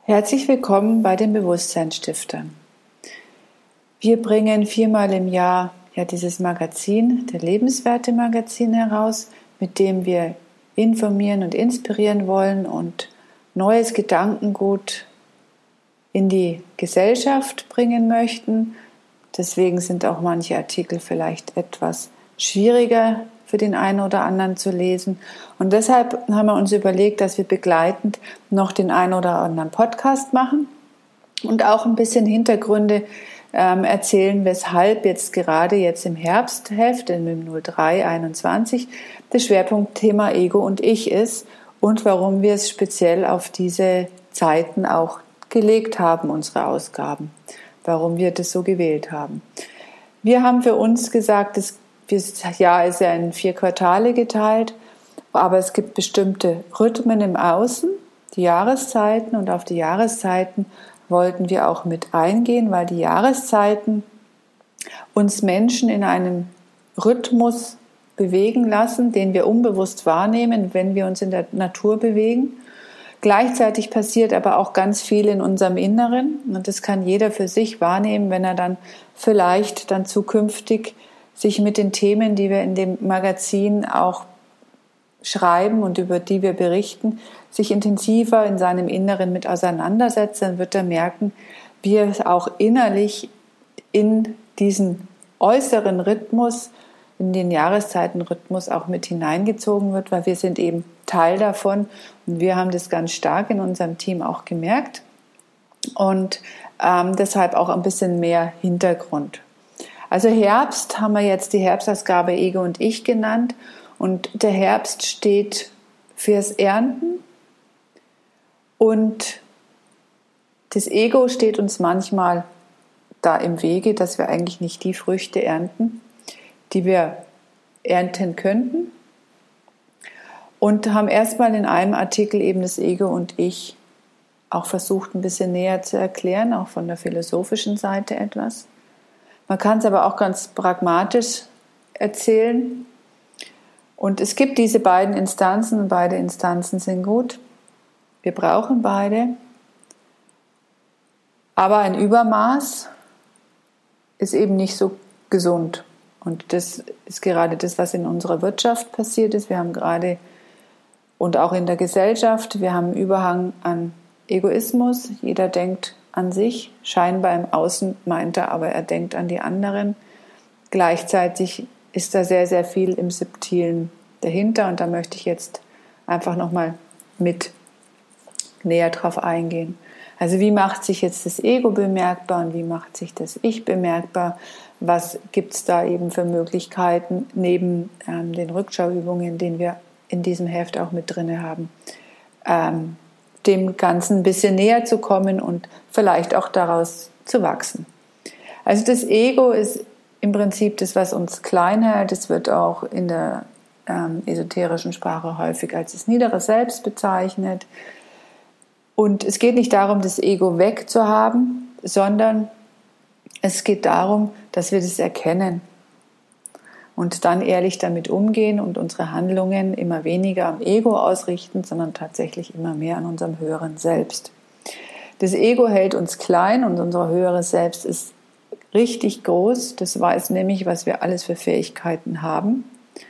Herzlich willkommen bei den Bewusstseinsstiftern. Wir bringen 4-mal im Jahr dieses Magazin, der Lebenswerte-Magazin heraus, mit dem wir informieren und inspirieren wollen und neues Gedankengut in die Gesellschaft bringen möchten. Deswegen sind auch manche Artikel vielleicht etwas schwieriger für den einen oder anderen zu lesen. Und deshalb haben wir uns überlegt, dass wir begleitend noch den einen oder anderen Podcast machen und auch ein bisschen Hintergründe erzählen, weshalb jetzt gerade im Herbstheft, im 03/21, das Schwerpunktthema Ego und Ich ist und warum wir es speziell auf diese Zeiten auch gelegt haben, unsere Ausgaben, warum wir das so gewählt haben. Wir haben für uns gesagt, das Jahr ist ja in 4 Quartale geteilt, aber es gibt bestimmte Rhythmen im Außen, die Jahreszeiten, und auf die Jahreszeiten wollten wir auch mit eingehen, weil die Jahreszeiten uns Menschen in einem Rhythmus bewegen lassen, den wir unbewusst wahrnehmen, wenn wir uns in der Natur bewegen. Gleichzeitig passiert aber auch ganz viel in unserem Inneren, und das kann jeder für sich wahrnehmen, wenn er dann vielleicht dann zukünftig sich mit den Themen, die wir in dem Magazin auch schreiben und über die wir berichten, sich intensiver in seinem Inneren mit auseinandersetzt, dann wird er merken, wie er auch innerlich in diesen äußeren Rhythmus, in den Jahreszeitenrhythmus auch mit hineingezogen wird, weil wir sind eben Teil davon und wir haben das ganz stark in unserem Team auch gemerkt und deshalb auch ein bisschen mehr Hintergrund. Also Herbst haben wir jetzt die Herbstausgabe Ego und Ich genannt, und der Herbst steht fürs Ernten und das Ego steht uns manchmal da im Wege, dass wir eigentlich nicht die Früchte ernten, die wir ernten könnten, und haben erstmal in einem Artikel eben das Ego und Ich auch versucht, ein bisschen näher zu erklären, auch von der philosophischen Seite etwas. Man kann es aber auch ganz pragmatisch erzählen. Und es gibt diese beiden Instanzen und beide Instanzen sind gut. Wir brauchen beide. Aber ein Übermaß ist eben nicht so gesund. Und das ist gerade das, was in unserer Wirtschaft passiert ist. Wir haben gerade, und auch in der Gesellschaft, wir haben einen Überhang an Egoismus. Jeder denkt an sich. Scheinbar im Außen meint er, aber er denkt an die anderen. Gleichzeitig ist da sehr, sehr viel im Subtilen dahinter, und da möchte ich jetzt einfach nochmal mit näher drauf eingehen. Also wie macht sich jetzt das Ego bemerkbar und wie macht sich das Ich bemerkbar? Was gibt es da eben für Möglichkeiten neben den Rückschauübungen, den wir in diesem Heft auch mit drin haben, dem Ganzen ein bisschen näher zu kommen und vielleicht auch daraus zu wachsen. Also das Ego ist im Prinzip das, was uns klein hält. Es wird auch in der esoterischen Sprache häufig als das niedere Selbst bezeichnet. Und es geht nicht darum, das Ego wegzuhaben, sondern es geht darum, dass wir das erkennen und dann ehrlich damit umgehen und unsere Handlungen immer weniger am Ego ausrichten, sondern tatsächlich immer mehr an unserem höheren Selbst. Das Ego hält uns klein und unser höheres Selbst ist richtig groß. Das weiß nämlich, was wir alles für Fähigkeiten haben.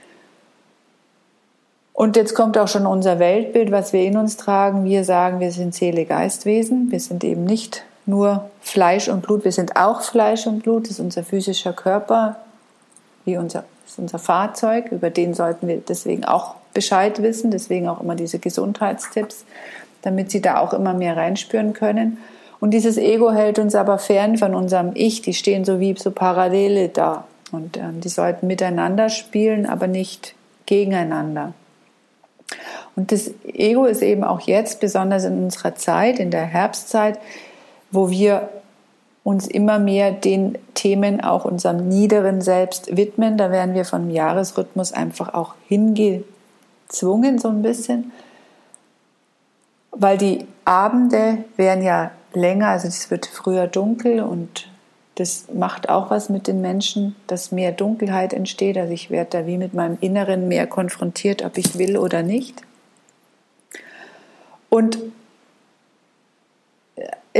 Und jetzt kommt auch schon unser Weltbild, was wir in uns tragen. Wir sagen, wir sind Seele-Geist-Wesen. Wir sind eben nicht nur Fleisch und Blut, wir sind auch Fleisch und Blut. Das ist unser physischer Körper, das ist unser Fahrzeug. Über den sollten wir deswegen auch Bescheid wissen. Deswegen auch immer diese Gesundheitstipps, damit Sie da auch immer mehr reinspüren können. Und dieses Ego hält uns aber fern von unserem Ich. Die stehen so wie so Parallele da. Und die sollten miteinander spielen, aber nicht gegeneinander. Und das Ego ist eben auch jetzt, besonders in unserer Zeit, in der Herbstzeit, wo wir uns immer mehr den Themen auch unserem niederen Selbst widmen. Da werden wir vom Jahresrhythmus einfach auch hingezwungen, so ein bisschen. Weil die Abende werden ja länger, also es wird früher dunkel, und das macht auch was mit den Menschen, dass mehr Dunkelheit entsteht. Also ich werde da wie mit meinem Inneren mehr konfrontiert, ob ich will oder nicht. Und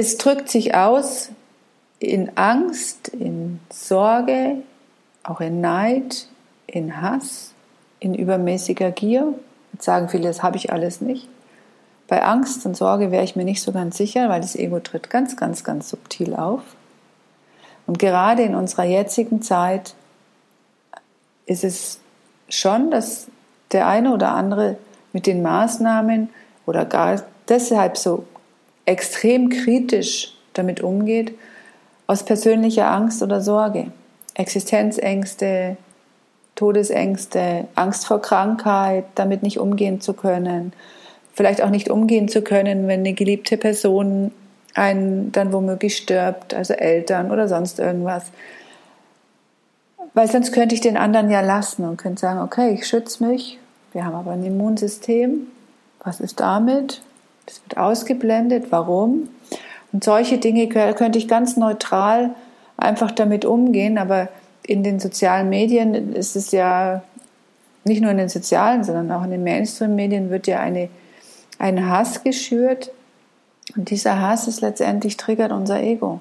es drückt sich aus in Angst, in Sorge, auch in Neid, in Hass, in übermäßiger Gier. Jetzt sagen viele, das habe ich alles nicht. Bei Angst und Sorge wäre ich mir nicht so ganz sicher, weil das Ego tritt ganz, ganz, ganz subtil auf. Und gerade in unserer jetzigen Zeit ist es schon, dass der eine oder andere mit den Maßnahmen oder gar deshalb so extrem kritisch damit umgeht, aus persönlicher Angst oder Sorge. Existenzängste, Todesängste, Angst vor Krankheit, damit nicht umgehen zu können, vielleicht auch nicht umgehen zu können, wenn eine geliebte Person einen dann womöglich stirbt, also Eltern oder sonst irgendwas. Weil sonst könnte ich den anderen ja lassen und könnte sagen, okay, ich schütze mich, wir haben aber ein Immunsystem, was ist damit? Das wird ausgeblendet, warum? Und solche Dinge könnte ich ganz neutral einfach damit umgehen, aber in den sozialen Medien ist es ja, nicht nur in den sozialen, sondern auch in den Mainstream-Medien wird ja ein Hass geschürt und dieser Hass ist letztendlich triggert unser Ego.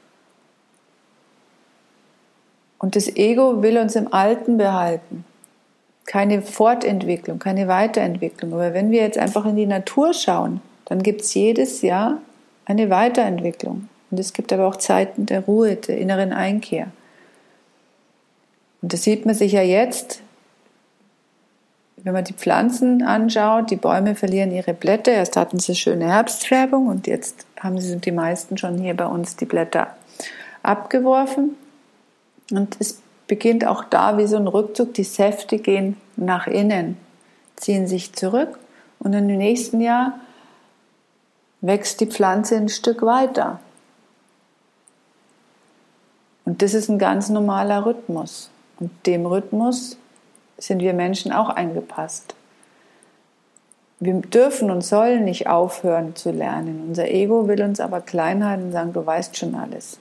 Und das Ego will uns im Alten behalten. Keine Fortentwicklung, keine Weiterentwicklung. Aber wenn wir jetzt einfach in die Natur schauen, dann gibt es jedes Jahr eine Weiterentwicklung. Und es gibt aber auch Zeiten der Ruhe, der inneren Einkehr. Und das sieht man sich ja jetzt, wenn man die Pflanzen anschaut, die Bäume verlieren ihre Blätter. Erst hatten sie schöne Herbstfärbung und jetzt sind die meisten schon hier bei uns die Blätter abgeworfen. Und es beginnt auch da wie so ein Rückzug. Die Säfte gehen nach innen, ziehen sich zurück und im nächsten Jahr wächst die Pflanze ein Stück weiter. Und das ist ein ganz normaler Rhythmus. Und dem Rhythmus sind wir Menschen auch eingepasst. Wir dürfen und sollen nicht aufhören zu lernen. Unser Ego will uns aber klein halten und sagen, du weißt schon alles.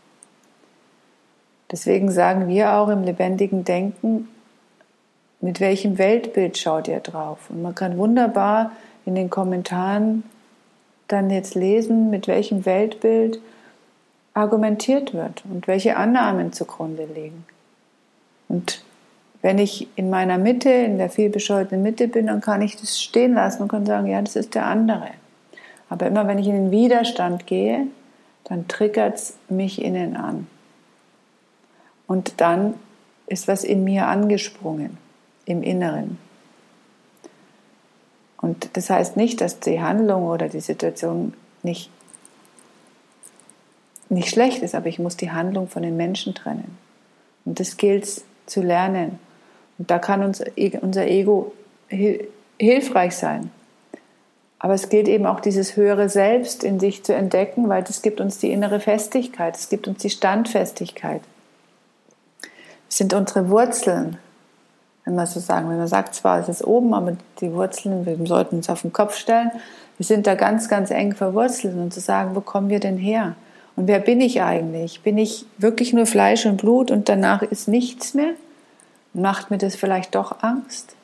Deswegen sagen wir auch im lebendigen Denken, mit welchem Weltbild schaut ihr drauf? Und man kann wunderbar in den Kommentaren dann jetzt lesen, mit welchem Weltbild argumentiert wird und welche Annahmen zugrunde liegen. Und wenn ich in meiner Mitte, in der vielbescheuerten Mitte bin, dann kann ich das stehen lassen und kann sagen, ja, das ist der andere. Aber immer wenn ich in den Widerstand gehe, dann triggert es mich innen an. Und dann ist was in mir angesprungen, im Inneren. Und das heißt nicht, dass die Handlung oder die Situation nicht schlecht ist, aber ich muss die Handlung von den Menschen trennen. Und das gilt es zu lernen. Und da kann unser Ego hilfreich sein. Aber es gilt eben auch dieses höhere Selbst in sich zu entdecken, weil das gibt uns die innere Festigkeit, es gibt uns die Standfestigkeit. Es sind unsere Wurzeln, wenn man so sagen. Wenn man sagt, zwar ist es oben, aber die Wurzeln, wir sollten uns auf den Kopf stellen, wir sind da ganz, ganz eng verwurzelt und zu sagen, wo kommen wir denn her? Und wer bin ich eigentlich? Bin ich wirklich nur Fleisch und Blut und danach ist nichts mehr? Macht mir das vielleicht doch Angst?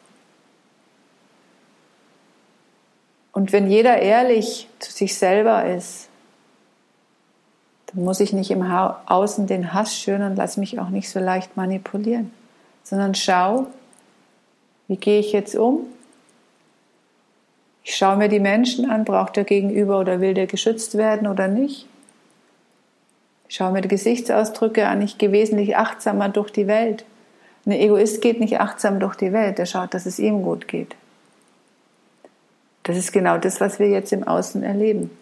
Und wenn jeder ehrlich zu sich selber ist, dann muss ich nicht im Außen den Hass schüren und lass mich auch nicht so leicht manipulieren, sondern schau, wie gehe ich jetzt um? Ich schaue mir die Menschen an, braucht der Gegenüber oder will der geschützt werden oder nicht? Ich schaue mir die Gesichtsausdrücke an, ich gehe wesentlich achtsamer durch die Welt. Ein Egoist geht nicht achtsam durch die Welt, der schaut, dass es ihm gut geht. Das ist genau das, was wir jetzt im Außen erleben.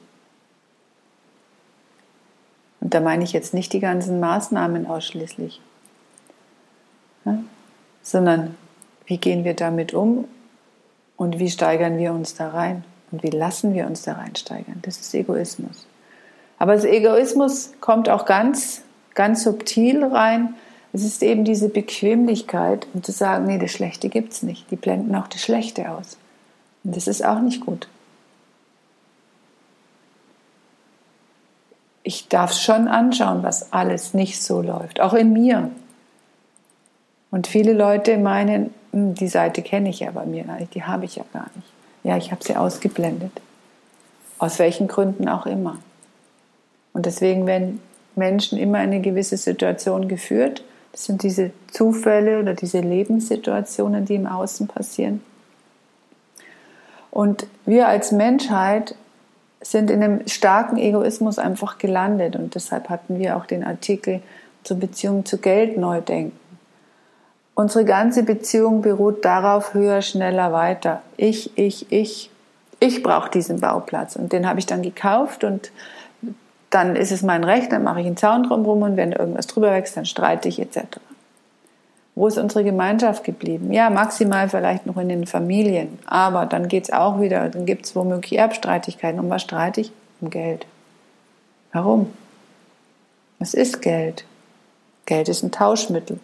Und da meine ich jetzt nicht die ganzen Maßnahmen ausschließlich, ja? Sondern wie gehen wir damit um und wie steigern wir uns da rein und wie lassen wir uns da reinsteigern. Das ist Egoismus. Aber das Egoismus kommt auch ganz, ganz subtil rein. Es ist eben diese Bequemlichkeit, um zu sagen, nee, das Schlechte gibt es nicht. Die blenden auch das Schlechte aus. Und das ist auch nicht gut. Ich darf schon anschauen, was alles nicht so läuft, auch in mir. Und viele Leute meinen, die Seite kenne ich ja bei mir gar nicht, die habe ich ja gar nicht. Ja, ich habe sie ausgeblendet. Aus welchen Gründen auch immer. Und deswegen werden Menschen immer in eine gewisse Situation geführt. Das sind diese Zufälle oder diese Lebenssituationen, die im Außen passieren. Und wir als Menschheit sind in einem starken Egoismus einfach gelandet. Und deshalb hatten wir auch den Artikel zur Beziehung zu Geld neu denken. Unsere ganze Beziehung beruht darauf, höher, schneller, weiter. Ich brauche diesen Bauplatz und den habe ich dann gekauft und dann ist es mein Recht, dann mache ich einen Zaun drumherum und wenn irgendwas drüber wächst, dann streite ich etc. Wo ist unsere Gemeinschaft geblieben? Ja, maximal vielleicht noch in den Familien, aber dann geht es auch wieder, dann gibt es womöglich Erbstreitigkeiten. Um was streite ich? Um Geld. Warum? Was ist Geld? Geld ist ein Tauschmittel.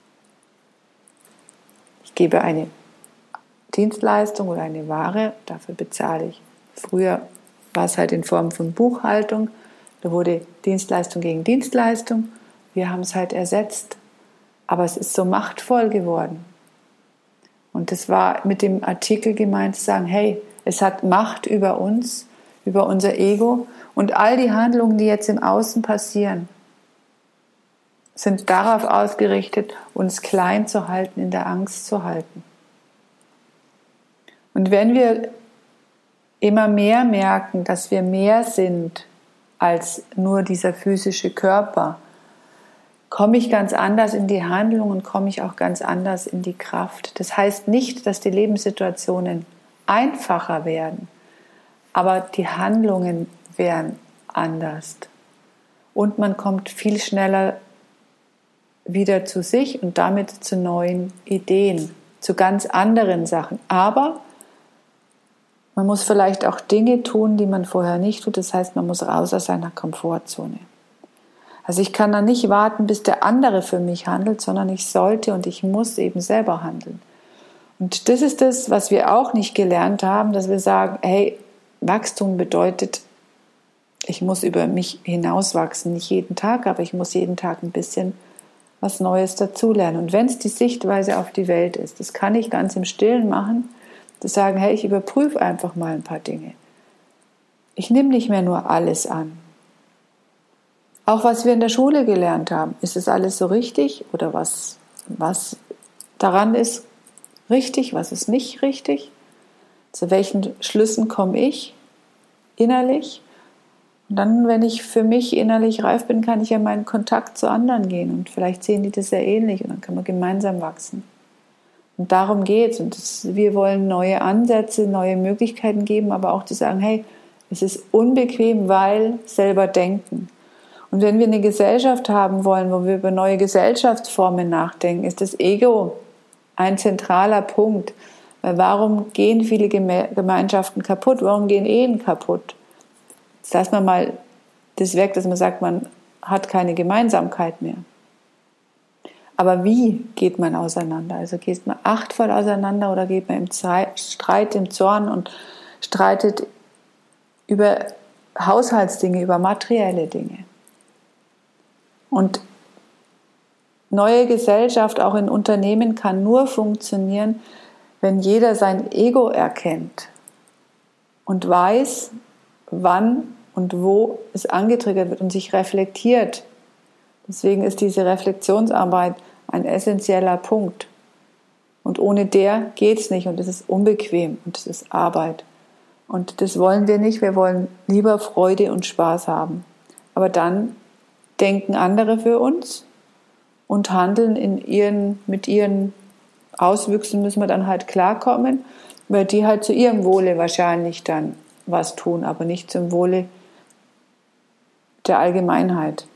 Ich gebe eine Dienstleistung oder eine Ware, dafür bezahle ich. Früher war es halt in Form von Buchhaltung, da wurde Dienstleistung gegen Dienstleistung, wir haben es halt ersetzt, aber es ist so machtvoll geworden. Und das war mit dem Artikel gemeint zu sagen, hey, es hat Macht über uns, über unser Ego und all die Handlungen, die jetzt im Außen passieren, sind darauf ausgerichtet, uns klein zu halten, in der Angst zu halten. Und wenn wir immer mehr merken, dass wir mehr sind als nur dieser physische Körper, komme ich ganz anders in die Handlung und komme ich auch ganz anders in die Kraft. Das heißt nicht, dass die Lebenssituationen einfacher werden, aber die Handlungen werden anders. Und man kommt viel schneller wieder zu sich und damit zu neuen Ideen, zu ganz anderen Sachen. Aber man muss vielleicht auch Dinge tun, die man vorher nicht tut. Das heißt, man muss raus aus seiner Komfortzone. Also ich kann dann nicht warten, bis der andere für mich handelt, sondern ich sollte und ich muss eben selber handeln. Und das ist das, was wir auch nicht gelernt haben, dass wir sagen, hey, Wachstum bedeutet, ich muss über mich hinauswachsen. Nicht jeden Tag, aber ich muss jeden Tag ein bisschen was Neues dazulernen. Und wenn es die Sichtweise auf die Welt ist, das kann ich ganz im Stillen machen, zu sagen, hey, ich überprüfe einfach mal ein paar Dinge. Ich nehme nicht mehr nur alles an. Auch was wir in der Schule gelernt haben, ist es alles so richtig oder was daran ist richtig, was ist nicht richtig? Zu welchen Schlüssen komme ich innerlich? Und dann, wenn ich für mich innerlich reif bin, kann ich ja meinen Kontakt zu anderen gehen und vielleicht sehen die das sehr ähnlich und dann kann man gemeinsam wachsen. Und darum geht's. Und wir wollen neue Ansätze, neue Möglichkeiten geben, aber auch zu sagen, hey, es ist unbequem, weil selber denken. Und wenn wir eine Gesellschaft haben wollen, wo wir über neue Gesellschaftsformen nachdenken, ist das Ego ein zentraler Punkt. Weil warum gehen viele Gemeinschaften kaputt? Warum gehen Ehen kaputt? Jetzt lassen wir mal das weg, dass man sagt, man hat keine Gemeinsamkeit mehr. Aber wie geht man auseinander? Also geht man achtvoll auseinander oder geht man im Streit, im Zorn und streitet über Haushaltsdinge, über materielle Dinge? Und neue Gesellschaft auch in Unternehmen kann nur funktionieren, wenn jeder sein Ego erkennt und weiß, wann und wo es angetriggert wird und sich reflektiert. Deswegen ist diese Reflexionsarbeit ein essentieller Punkt. Und ohne der geht es nicht und es ist unbequem und es ist Arbeit. Und das wollen wir nicht, wir wollen lieber Freude und Spaß haben. Aber dann denken andere für uns und handeln mit ihren Auswüchsen müssen wir dann halt klarkommen, weil die halt zu ihrem Wohle wahrscheinlich dann was tun, aber nicht zum Wohle der Allgemeinheit.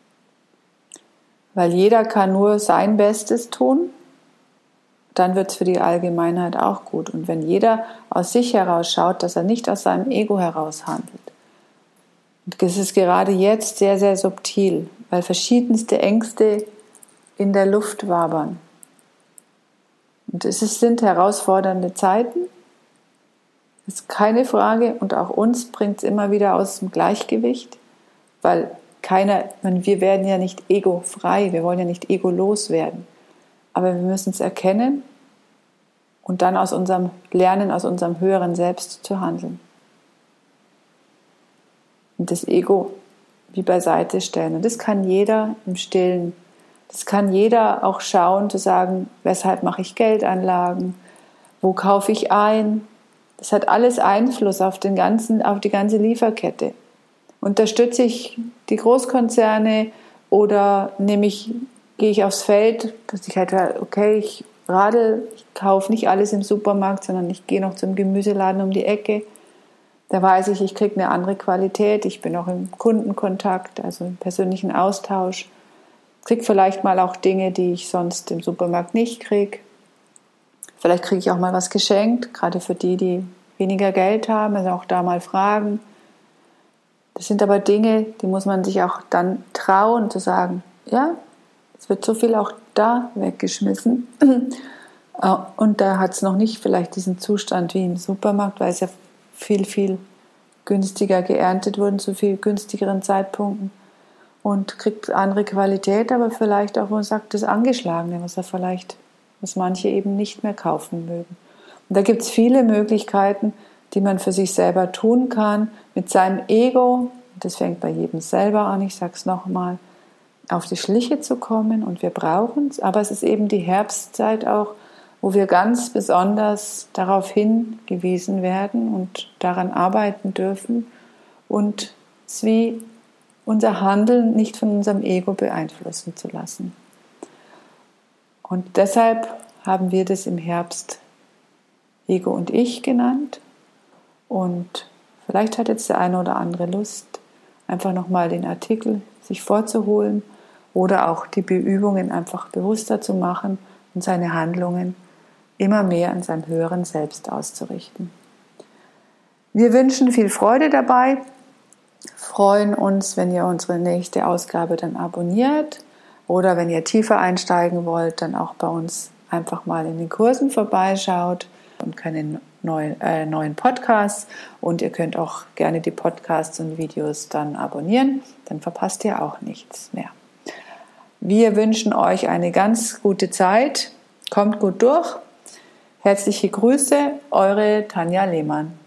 Weil jeder kann nur sein Bestes tun, dann wird es für die Allgemeinheit auch gut. Und wenn jeder aus sich heraus schaut, dass er nicht aus seinem Ego heraus handelt. Und das ist gerade jetzt sehr, sehr subtil, weil verschiedenste Ängste in der Luft wabern. Und sind herausfordernde Zeiten, das ist keine Frage. Und auch uns bringt es immer wieder aus dem Gleichgewicht, weil wir werden ja nicht egofrei, wir wollen ja nicht egolos werden. Aber wir müssen es erkennen und dann aus unserem höheren Selbst zu handeln. Und das Ego wie beiseite stellen. Und das kann jeder im Stillen. Das kann jeder auch schauen, zu sagen, weshalb mache ich Geldanlagen, wo kaufe ich ein. Das hat alles Einfluss auf die ganze Lieferkette. Unterstütze ich die Großkonzerne oder gehe ich aufs Feld, dass ich halt, okay, ich kaufe nicht alles im Supermarkt, sondern ich gehe noch zum Gemüseladen um die Ecke. Da weiß ich, ich kriege eine andere Qualität, ich bin auch im Kundenkontakt, also im persönlichen Austausch. Kriege vielleicht mal auch Dinge, die ich sonst im Supermarkt nicht kriege. Vielleicht kriege ich auch mal was geschenkt, gerade für die weniger Geld haben, also auch da mal fragen. Das sind aber Dinge, die muss man sich auch dann trauen, zu sagen, ja, es wird so viel auch da weggeschmissen. Und da hat es noch nicht vielleicht diesen Zustand wie im Supermarkt, weil es ja viel, viel günstiger geerntet wurde, zu viel günstigeren Zeitpunkten. Und kriegt andere Qualität, aber vielleicht auch, wo man sagt, das Angeschlagene, was manche eben nicht mehr kaufen mögen. Und da gibt es viele Möglichkeiten, die man für sich selber tun kann, mit seinem Ego, das fängt bei jedem selber an, ich sage es nochmal, auf die Schliche zu kommen, und wir brauchen es, aber es ist eben die Herbstzeit auch, wo wir ganz besonders darauf hingewiesen werden und daran arbeiten dürfen und es wie unser Handeln nicht von unserem Ego beeinflussen zu lassen. Und deshalb haben wir das im Herbst Ego und Ich genannt. Und vielleicht hat jetzt der eine oder andere Lust, einfach nochmal den Artikel sich vorzuholen oder auch die Übungen einfach bewusster zu machen und seine Handlungen immer mehr an seinem höheren Selbst auszurichten. Wir wünschen viel Freude dabei, freuen uns, wenn ihr unsere nächste Ausgabe dann abonniert oder wenn ihr tiefer einsteigen wollt, dann auch bei uns einfach mal in den Kursen vorbeischaut und keine neuen Podcasts, und ihr könnt auch gerne die Podcasts und Videos dann abonnieren, dann verpasst ihr auch nichts mehr. Wir wünschen euch eine ganz gute Zeit, kommt gut durch. Herzliche Grüße, eure Tanja Lehmann.